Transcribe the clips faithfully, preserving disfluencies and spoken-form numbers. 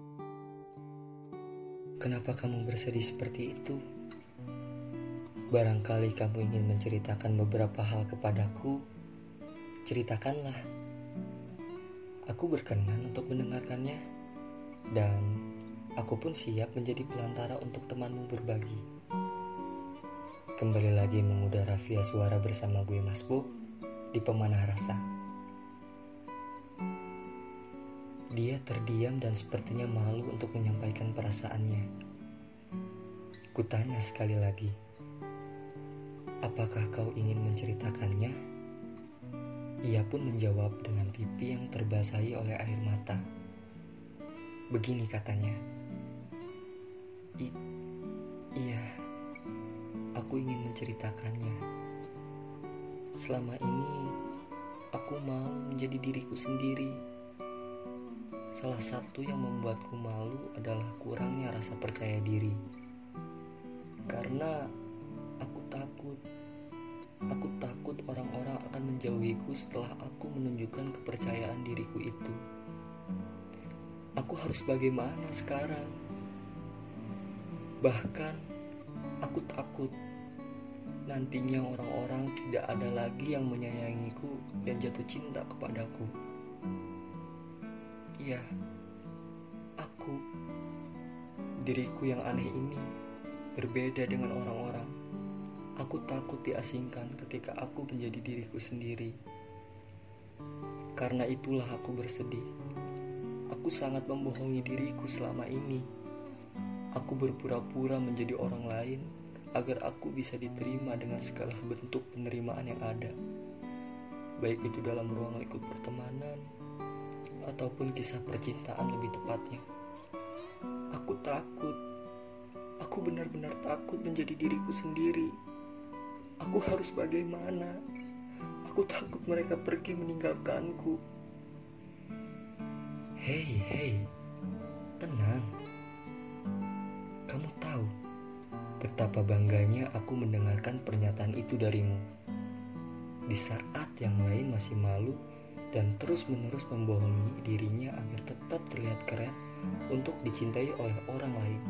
Kenapa kamu bersedih seperti itu? Barangkali kamu ingin menceritakan beberapa hal kepadaku. Ceritakanlah. Aku berkenan untuk mendengarkannya, dan aku pun siap menjadi pelantara untuk temanmu berbagi. Kembali lagi mengudara via suara bersama gue Mas Bob di Pemanah Rasa. Dia terdiam dan sepertinya malu untuk menyampaikan perasaannya. Kutanya sekali lagi, apakah kau ingin menceritakannya? Ia pun menjawab dengan pipi yang terbasahi oleh air mata. Begini katanya, I- iya, aku ingin menceritakannya. Selama ini, aku mau menjadi diriku sendiri. Salah satu yang membuatku malu adalah kurangnya rasa percaya diri. Karena aku takut, aku takut orang-orang akan menjauhiku setelah aku menunjukkan kepercayaan diriku itu. Aku harus bagaimana sekarang? Bahkan, aku takut nantinya orang-orang tidak ada lagi yang menyayangiku dan jatuh cinta kepadaku. Iya, aku, diriku yang aneh ini, berbeda dengan orang-orang. Aku takut diasingkan ketika aku menjadi diriku sendiri. Karena itulah aku bersedih. Aku sangat membohongi diriku selama ini. Aku berpura-pura menjadi orang lain agar aku bisa diterima dengan segala bentuk penerimaan yang ada, baik itu dalam ruang lingkup pertemanan ataupun kisah percintaan lebih tepatnya. Aku takut. Aku benar-benar takut menjadi diriku sendiri. Aku harus bagaimana? Aku takut mereka pergi meninggalkanku. Hei, hei, tenang. Kamu tahu betapa bangganya aku mendengarkan pernyataan itu darimu. Di saat yang lain masih malu dan terus-menerus membohongi dirinya agar tetap terlihat keren untuk dicintai oleh orang lain.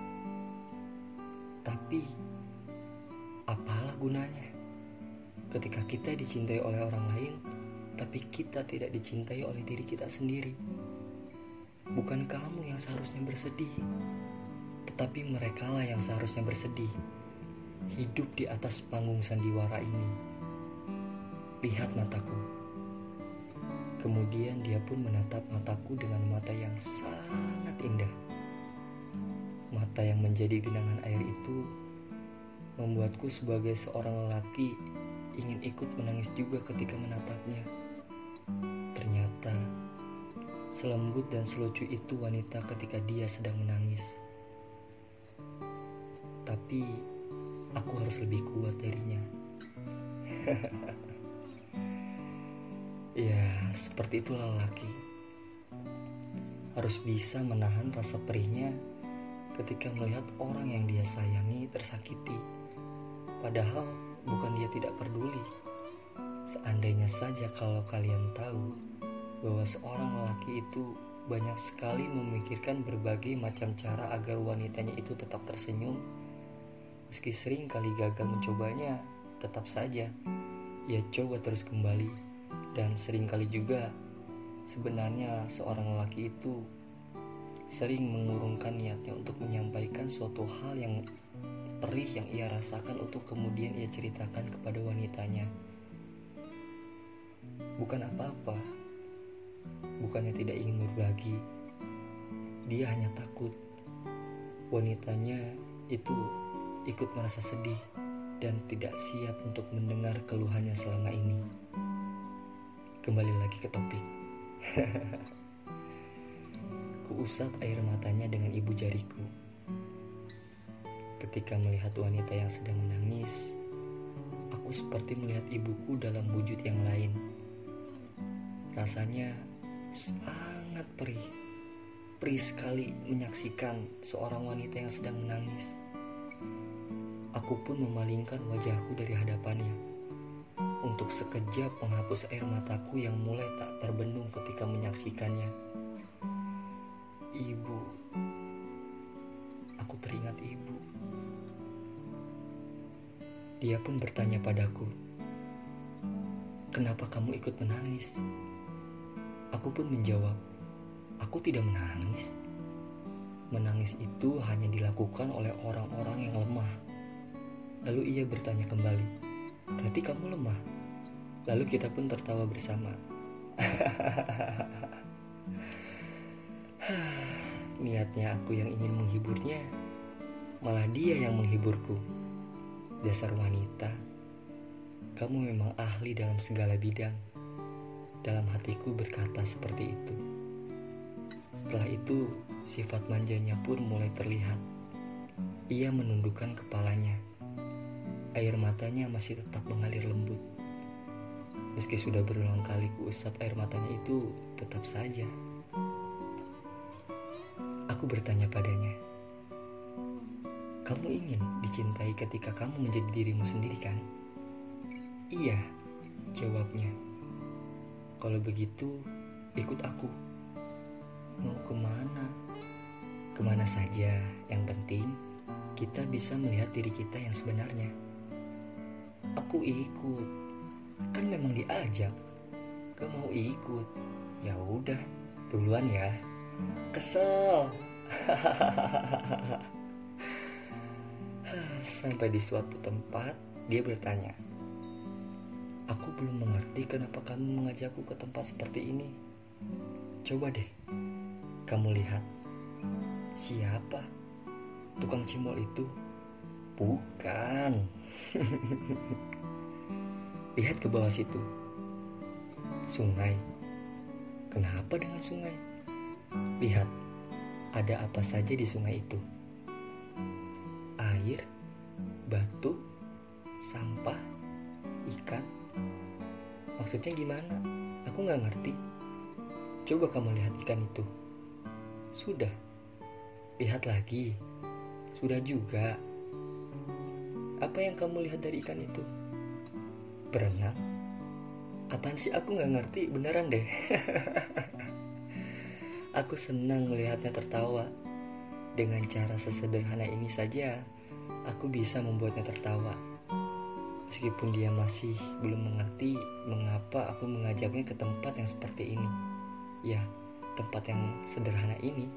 Tapi, apalah gunanya ketika kita dicintai oleh orang lain, tapi kita tidak dicintai oleh diri kita sendiri? Bukan kamu yang seharusnya bersedih, tetapi merekalah yang seharusnya bersedih, hidup di atas panggung sandiwara ini. Lihat mataku. Kemudian dia pun menatap mataku dengan mata yang sangat indah. Mata yang menjadi genangan air itu membuatku sebagai seorang lelaki ingin ikut menangis juga ketika menatapnya. Ternyata selembut dan selucu itu wanita ketika dia sedang menangis. Tapi aku harus lebih kuat darinya. Ya, seperti itulah lelaki. Harus bisa menahan rasa perihnya ketika melihat orang yang dia sayangi tersakiti. Padahal bukan dia tidak peduli. Seandainya saja kalau kalian tahu bahwa seorang lelaki itu banyak sekali memikirkan berbagai macam cara agar wanitanya itu tetap tersenyum. Meski sering kali gagal mencobanya, tetap saja ia coba terus kembali. Dan seringkali juga sebenarnya seorang lelaki itu sering mengurungkan niatnya untuk menyampaikan suatu hal yang perih yang ia rasakan untuk kemudian ia ceritakan kepada wanitanya. Bukan apa-apa, bukannya tidak ingin berbagi, dia hanya takut wanitanya itu ikut merasa sedih dan tidak siap untuk mendengar keluhannya selama ini. Kembali lagi ke topik. Kuusap air matanya dengan ibu jariku. Ketika melihat wanita yang sedang menangis, aku seperti melihat ibuku dalam wujud yang lain. Rasanya sangat perih. Perih sekali menyaksikan seorang wanita yang sedang menangis. Aku pun memalingkan wajahku dari hadapannya untuk sekejap menghapus air mataku yang mulai tak terbendung ketika menyaksikannya. Ibu, aku teringat ibu. Dia pun bertanya padaku, kenapa kamu ikut menangis? Aku pun menjawab, aku tidak menangis. Menangis itu hanya dilakukan oleh orang-orang yang lemah. Lalu ia bertanya kembali, berarti kamu lemah? Lalu kita pun tertawa bersama. Niatnya aku yang ingin menghiburnya, malah dia yang menghiburku. Dasar wanita, kamu memang ahli dalam segala bidang. Dalam hatiku berkata seperti itu. Setelah itu, sifat manjanya pun mulai terlihat. Ia menundukkan kepalanya. Air matanya masih tetap mengalir lembut. Meski sudah berulang kali kuusap air matanya itu, tetap saja. Aku bertanya padanya, kamu ingin dicintai ketika kamu menjadi dirimu sendiri kan? Iya, jawabnya. Kalau begitu, ikut aku. Mau kemana? Kemana saja, yang penting kita bisa melihat diri kita yang sebenarnya. Aku ikut, kan memang diajak. Gak mau ikut, ya udah, duluan ya. Kesel. Sampai di suatu tempat, dia bertanya, aku belum mengerti kenapa kamu mengajakku ke tempat seperti ini. Coba deh, kamu lihat. Siapa? Tukang cimol itu? Bukan. Lihat ke bawah situ. Sungai. Kenapa dengan sungai? Lihat, ada apa saja di sungai itu? Air, batu, sampah, ikan. Maksudnya gimana? Aku gak ngerti. Coba kamu lihat ikan itu. Sudah. Lihat lagi. Sudah juga. Apa yang kamu lihat dari ikan itu? Berenang? Apaan sih, aku gak ngerti, beneran deh. Aku senang melihatnya tertawa. Dengan cara sesederhana ini saja, aku bisa membuatnya tertawa. Meskipun dia masih belum mengerti mengapa aku mengajaknya ke tempat yang seperti ini. Ya, tempat yang sederhana ini.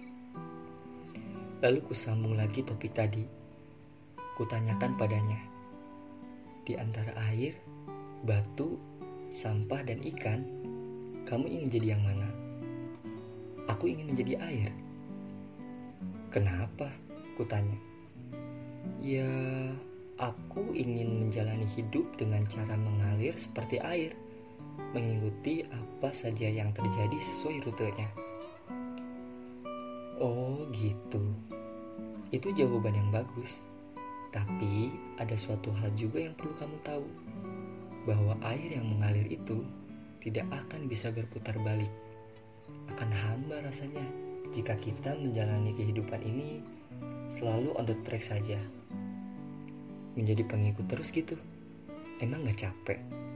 Lalu kusambung lagi topik tadi. Kutanyakan padanya, di antara air, batu, sampah, dan ikan, kamu ingin jadi yang mana? Aku ingin menjadi air. Kenapa? Kutanya. Ya, aku ingin menjalani hidup dengan cara mengalir seperti air, mengikuti apa saja yang terjadi sesuai rutenya. Oh gitu. Itu jawaban yang bagus. Tapi ada suatu hal juga yang perlu kamu tahu, bahwa air yang mengalir itu tidak akan bisa berputar balik. Akan hamba rasanya jika kita menjalani kehidupan ini selalu on the track saja. Menjadi pengikut terus gitu. Emang gak capek?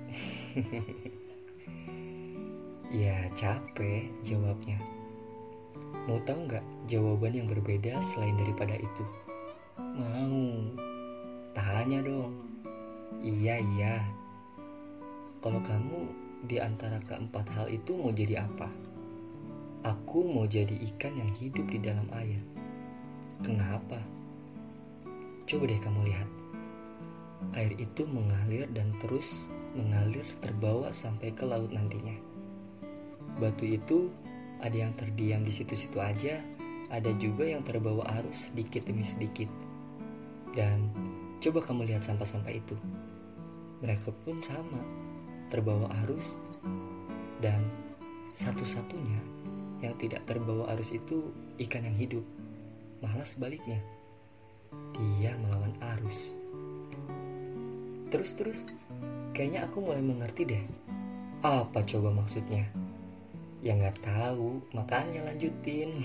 Ya capek, jawabnya. Mau tahu gak jawaban yang berbeda selain daripada itu? Mau. Tanya dong. Iya, iya. Kalau kamu di antara keempat hal itu mau jadi apa? Aku mau jadi ikan yang hidup di dalam air. Kenapa? Coba deh kamu lihat. Air itu mengalir dan terus mengalir terbawa sampai ke laut nantinya. Batu itu ada yang terdiam di situ-situ aja, ada juga yang terbawa arus sedikit demi sedikit. Dan coba kamu lihat sampah-sampah itu. Mereka pun sama, terbawa arus, dan satu-satunya yang tidak terbawa arus itu ikan yang hidup. Malah sebaliknya, dia melawan arus. Terus-terus, kayaknya aku mulai mengerti deh. Apa coba maksudnya? Ya gak tahu, makanya lanjutin.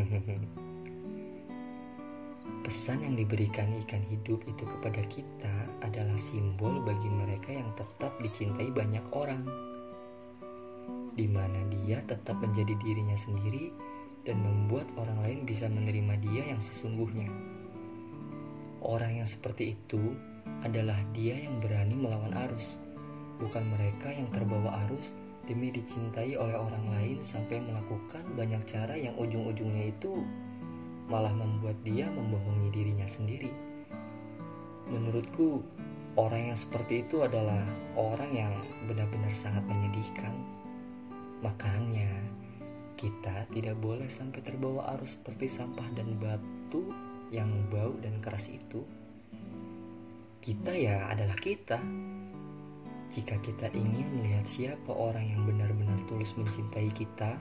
Pesan yang diberikan ikan hidup itu kepada kita adalah simbol bagi mereka yang tetap dicintai banyak orang, di mana dia tetap menjadi dirinya sendiri dan membuat orang lain bisa menerima dia yang sesungguhnya. Orang yang seperti itu adalah dia yang berani melawan arus, bukan mereka yang terbawa arus demi dicintai oleh orang lain sampai melakukan banyak cara yang ujung-ujungnya itu malah membuat dia membohongi dirinya sendiri. Menurutku, orang yang seperti itu adalah orang yang benar-benar sangat menyedihkan. Makanya, kita tidak boleh sampai terbawa arus seperti sampah dan batu yang bau dan keras itu. Kita ya adalah kita. Jika kita ingin melihat siapa orang yang benar-benar tulus mencintai kita,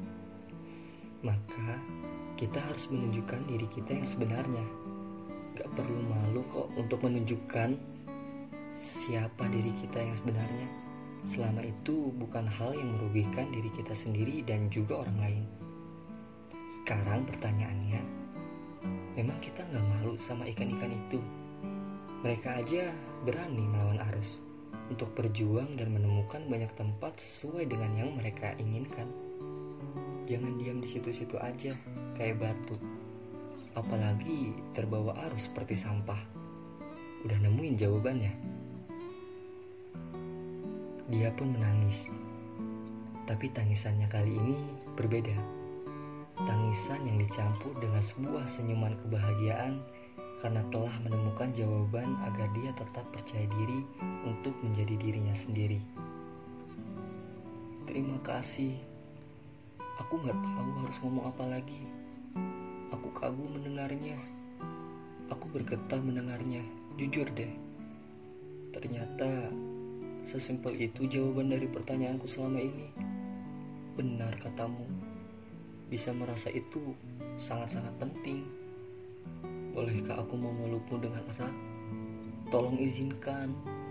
maka kita harus menunjukkan diri kita yang sebenarnya. Gak perlu malu kok untuk menunjukkan siapa diri kita yang sebenarnya, selama itu bukan hal yang merugikan diri kita sendiri dan juga orang lain. Sekarang pertanyaannya, memang kita gak malu sama ikan-ikan itu? Mereka aja berani melawan arus untuk berjuang dan menemukan banyak tempat sesuai dengan yang mereka inginkan. Jangan diam di situ-situ aja kayak batu, apalagi terbawa arus seperti sampah. Udah nemuin jawabannya? Dia pun menangis, tapi tangisannya kali ini berbeda. Tangisan yang dicampur dengan sebuah senyuman kebahagiaan karena telah menemukan jawaban agar dia tetap percaya diri untuk menjadi dirinya sendiri. Terima kasih. Aku gak tahu harus ngomong apa lagi. Aku kagum mendengarnya. Aku bergetar mendengarnya. Jujur deh, ternyata sesimpel itu jawaban dari pertanyaanku selama ini. Benar katamu, bisa merasa itu sangat-sangat penting. Bolehkah aku memelukmu dengan erat? Tolong izinkan.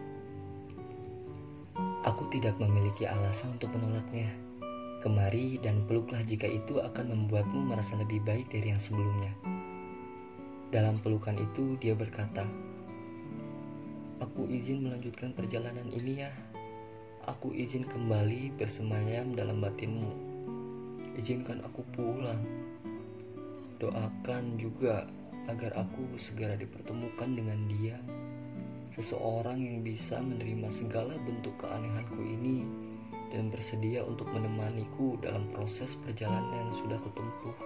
Aku tidak memiliki alasan untuk menolaknya. Kemari dan peluklah jika itu akan membuatmu merasa lebih baik dari yang sebelumnya. Dalam pelukan itu dia berkata, aku izin melanjutkan perjalanan ini ya. Aku izin kembali bersemayam dalam batinmu. Izinkan aku pulang. Doakan juga agar aku segera dipertemukan dengan dia. Seseorang yang bisa menerima segala bentuk keanehanku ini dan bersedia untuk menemaniku dalam proses perjalanan yang sudah kutempuh.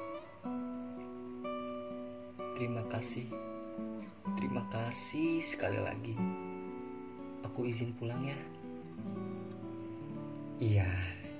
Terima kasih. Terima kasih sekali lagi. Aku izin pulang ya. Iya.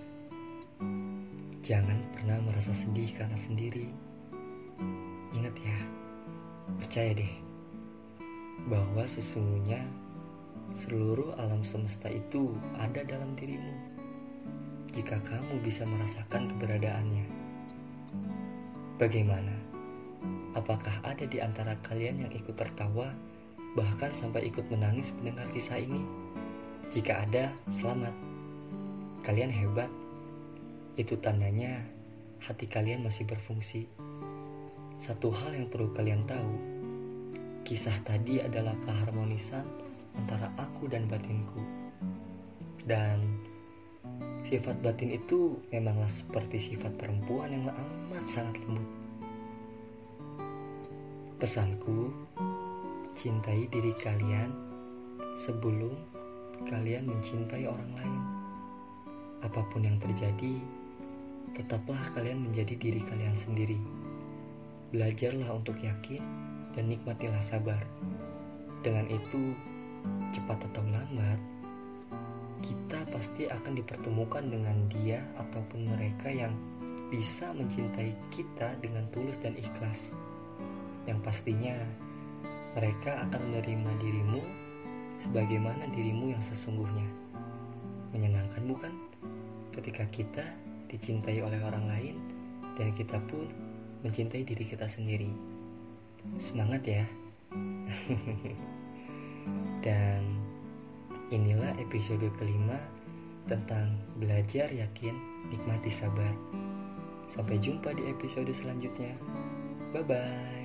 Jangan pernah merasa sedih karena sendiri. Ingat ya, percaya deh, bahwa sesungguhnya seluruh alam semesta itu ada dalam dirimu. Jika kamu bisa merasakan keberadaannya. Bagaimana? Apakah ada di antara kalian yang ikut tertawa, bahkan sampai ikut menangis mendengar kisah ini? Jika ada, selamat. Kalian hebat. Itu tandanya hati kalian masih berfungsi. Satu hal yang perlu kalian tahu, kisah tadi adalah keharmonisan antara aku dan batinku. Dan sifat batin itu memanglah seperti sifat perempuan yang amat sangat lembut. Pesanku, cintai diri kalian sebelum kalian mencintai orang lain. Apapun yang terjadi, tetaplah kalian menjadi diri kalian sendiri. Belajarlah untuk yakin dan nikmatilah sabar. Dengan itu, cepat atau lambat, kita pasti akan dipertemukan dengan dia ataupun mereka yang bisa mencintai kita dengan tulus dan ikhlas. Yang pastinya, mereka akan menerima dirimu sebagaimana dirimu yang sesungguhnya. Menyenangkan bukan? Ketika kita dicintai oleh orang lain dan kita pun mencintai diri kita sendiri. Semangat ya. Dan inilah episode kelima tentang belajar yakin, nikmati sabar. Sampai jumpa di episode selanjutnya. Bye bye.